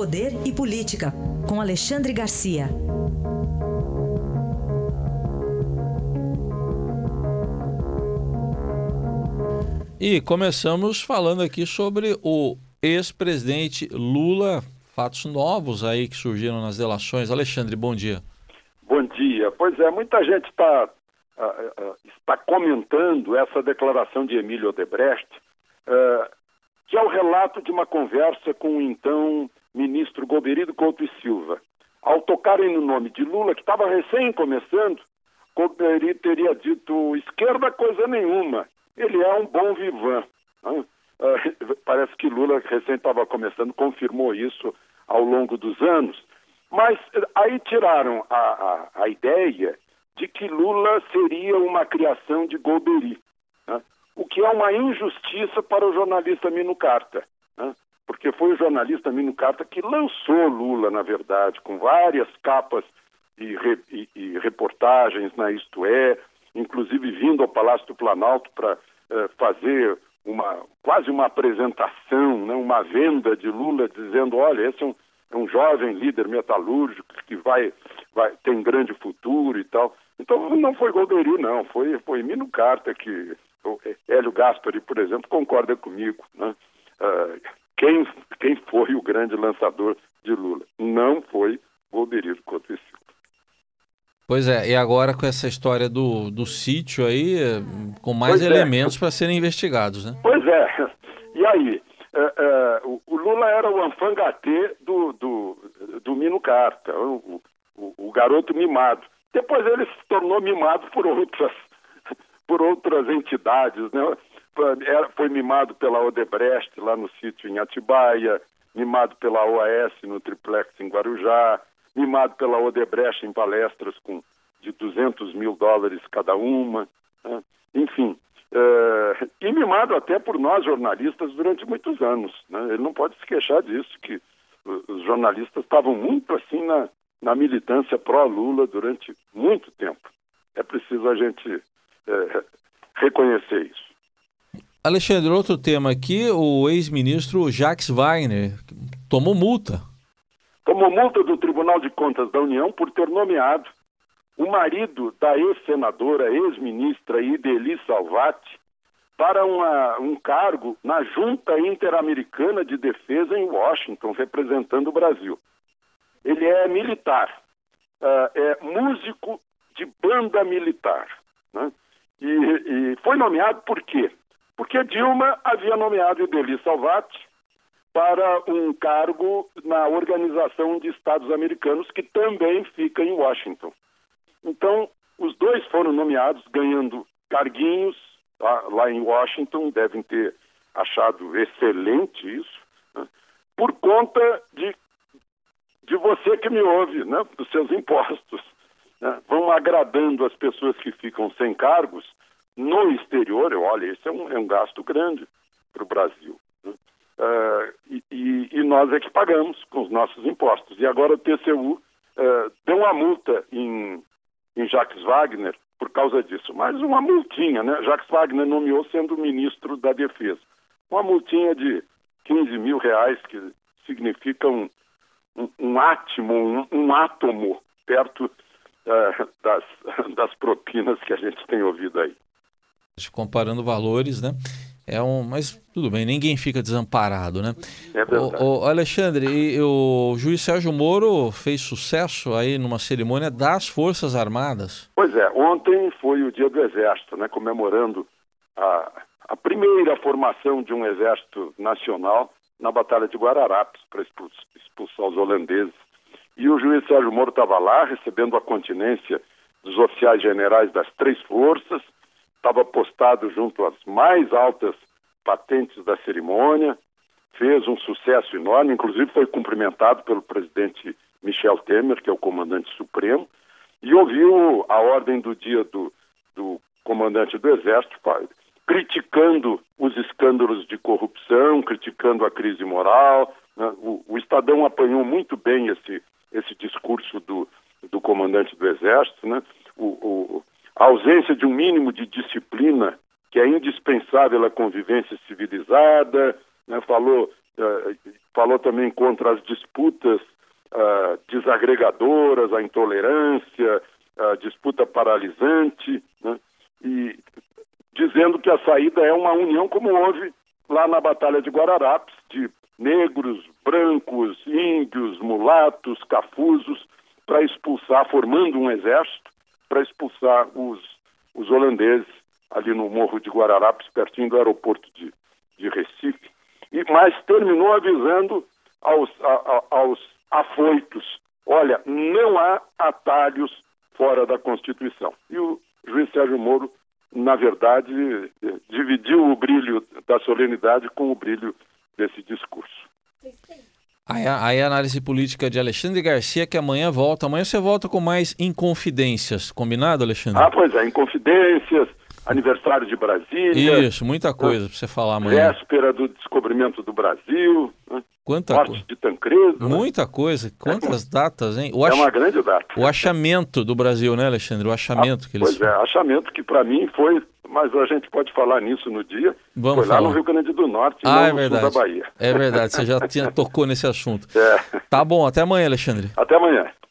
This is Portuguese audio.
Poder e Política, com Alexandre Garcia. E começamos falando aqui sobre o ex-presidente Lula, fatos novos aí que surgiram nas delações. Alexandre, bom dia. Bom dia. Pois é, muita gente está comentando essa declaração de Emílio Odebrecht, que é o relato de uma conversa com o então ministro Golbery Couto e Silva. Ao tocarem no nome de Lula, que estava recém começando, Golbery teria dito: esquerda coisa nenhuma, ele é um bom vivan. Parece que Lula, recém estava começando, confirmou isso ao longo dos anos. Mas aí tiraram a ideia de que Lula seria uma criação de Golbery, o que é uma injustiça para o jornalista Mino Carta, porque foi o jornalista Mino Carta que lançou Lula, na verdade, com várias capas e reportagens na Isto É, inclusive vindo ao Palácio do Planalto para fazer quase uma apresentação, uma venda de Lula, dizendo: olha, esse é um jovem líder metalúrgico que tem grande futuro e tal. Então não foi Golbery, não, foi Mino Carta que... Hélio Gaspari, por exemplo, concorda comigo, Quem foi o grande lançador de Lula? Não foi Golbery Couto e Silva. Pois é, e agora com essa história do sítio aí, com mais elementos para serem investigados, né? Pois é. E aí? O Lula era o alfangatê do Mino Carta, o garoto mimado. Depois ele se tornou mimado por outras entidades, né? Foi mimado pela Odebrecht lá no sítio em Atibaia, mimado pela OAS no triplex em Guarujá, mimado pela Odebrecht em palestras de $200 mil cada uma, né? Enfim, e mimado até por nós jornalistas durante muitos anos, né? Ele não pode se queixar disso, que os jornalistas estavam muito assim na militância pró-Lula durante muito tempo. É preciso a gente reconhecer isso. Alexandre, outro tema aqui, o ex-ministro Jacques Wagner tomou multa. Tomou multa do Tribunal de Contas da União por ter nomeado o marido da ex-senadora, ex-ministra Idely Salvati para um cargo na Junta Interamericana de Defesa em Washington, representando o Brasil. Ele é militar, é músico de banda militar, né? E foi nomeado por quê? Porque Dilma havia nomeado Idely Salvati para um cargo na Organização de Estados Americanos, que também fica em Washington. Então, os dois foram nomeados, ganhando carguinhos lá em Washington, devem ter achado excelente isso, né? Por conta de você que me ouve, né? Dos seus impostos, né? Vão agradando as pessoas que ficam sem cargos no exterior. Olha, esse é um gasto grande para o Brasil, né? E nós é que pagamos com os nossos impostos. E agora o TCU deu uma multa em Jacques Wagner por causa disso. Mas uma multinha, né? Jacques Wagner nomeou sendo ministro da Defesa. Uma multinha de R$15 mil, que significa um átomo perto das propinas que a gente tem ouvido aí. Comparando valores, né? Mas tudo bem, ninguém fica desamparado, né? É verdade. Alexandre, o juiz Sérgio Moro fez sucesso aí numa cerimônia das Forças Armadas. Pois é, ontem foi o dia do Exército, né? Comemorando a primeira formação de um Exército Nacional na Batalha de Guararapes, para expulsar os holandeses. E o juiz Sérgio Moro estava lá, recebendo a continência dos oficiais generais das 3 forças, estava postado junto às mais altas patentes da cerimônia, fez um sucesso enorme, inclusive foi cumprimentado pelo presidente Michel Temer, que é o comandante supremo, e ouviu a ordem do dia do comandante do Exército, criticando os escândalos de corrupção, criticando a crise moral, né? O Estadão apanhou muito bem esse discurso do comandante do Exército, né? A ausência de um mínimo de disciplina que é indispensável à convivência civilizada, né? Falou falou também contra as disputas desagregadoras, a intolerância, a disputa paralisante, né? E dizendo que a saída é uma união como houve lá na Batalha de Guararapes, de negros, brancos, índios, mulatos, cafusos, para expulsar, formando um exército, para expulsar os holandeses ali no Morro de Guararapes, pertinho do aeroporto de Recife. Mas terminou avisando aos afoitos: olha, não há atalhos fora da Constituição. E o juiz Sérgio Moro, na verdade, dividiu o brilho da solenidade com o brilho desse discurso. Aí a análise política de Alexandre Garcia, que amanhã volta. Amanhã você volta com mais Inconfidências. Combinado, Alexandre? Pois é, Inconfidências, aniversário de Brasília. Isso, muita coisa para você falar amanhã. Véspera do descobrimento do Brasil. Quanta morte coisa. de Tancredo. Muita coisa. Quantas datas, hein? É uma grande data. O achamento do Brasil, né, Alexandre? O achamento que eles... Pois é, achamento que para mim foi... Mas a gente pode falar nisso no dia. Vamos foi lá falar. no Rio Grande do Norte, e não é no verdade. sul da Bahia. É verdade, você já tocou nesse assunto. É. Tá bom, até amanhã, Alexandre. Até amanhã.